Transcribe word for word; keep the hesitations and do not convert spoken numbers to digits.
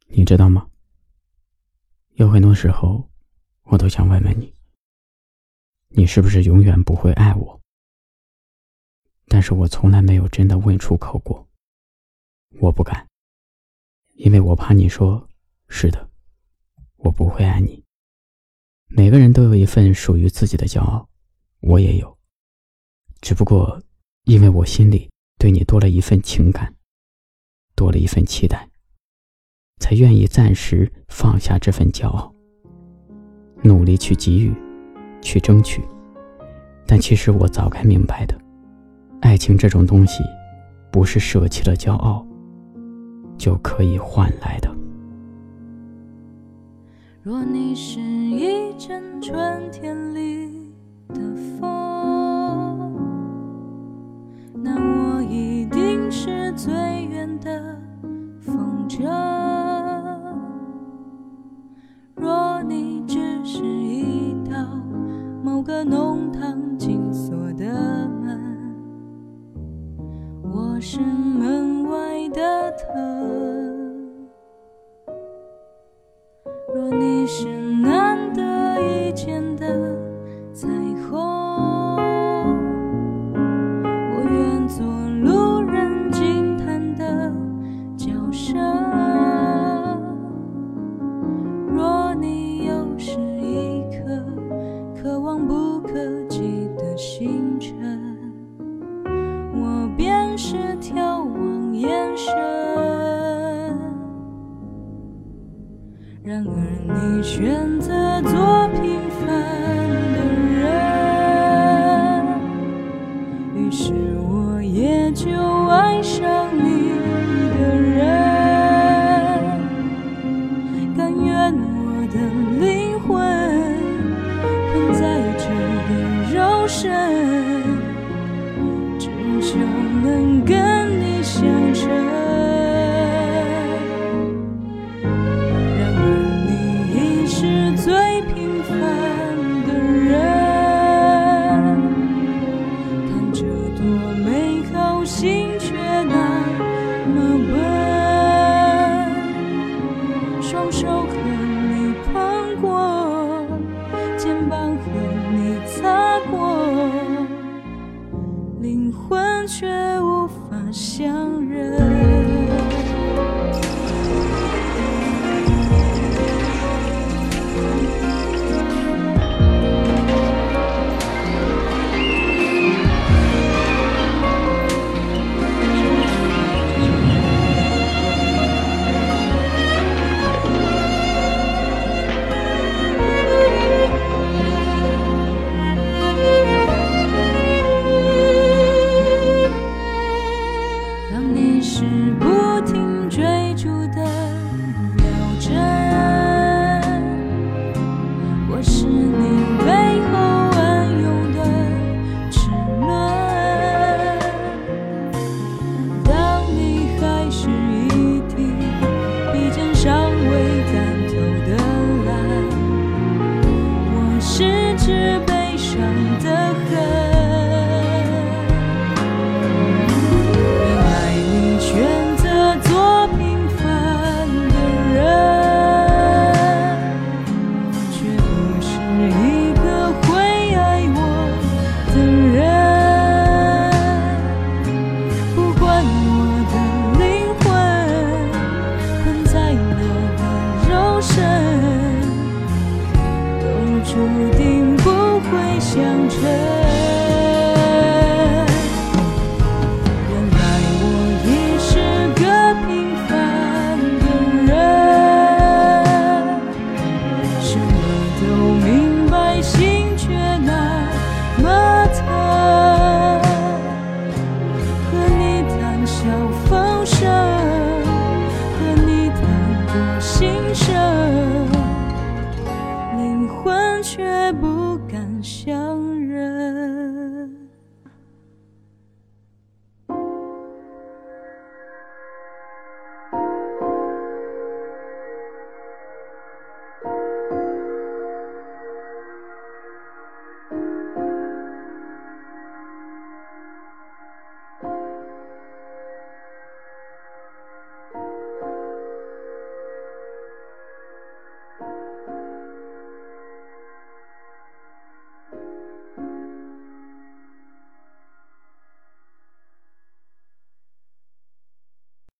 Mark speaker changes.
Speaker 1: 你知道吗？有很多时候，我都想问问你，你是不是永远不会爱我？但是我从来没有真的问出口过，我不敢，因为我怕你说，是的，我不会爱你。每个人都有一份属于自己的骄傲，我也有，只不过因为我心里对你多了一份情感，多了一份期待，才愿意暂时放下这份骄傲，努力去给予，去争取。但其实我早该明白的，爱情这种东西不是舍弃了骄傲就可以换来的。
Speaker 2: 若你是一阵春天里的风，那我一定是最远的风筝。若你只是一道某个弄堂紧锁的门，我是门外的藤。若你是难得一见的彩虹，我愿做路人惊叹的叫声。若你又是一颗可望不可及的星辰，我便是眺望眼神。然而你选择做平凡的人，于是我也就爱上你的人。甘愿我的灵魂困在这个肉身，只求能跟你相称。最平凡的人，看着多美好，心却那么笨。双手和你碰过，肩膀和你擦过，灵魂却无法相认。是不停追逐的秒针，我是你背后暗涌的齿轮。当你还是一滴笔尖尚未干透的蓝，我是只悲伤的恨。选择做平凡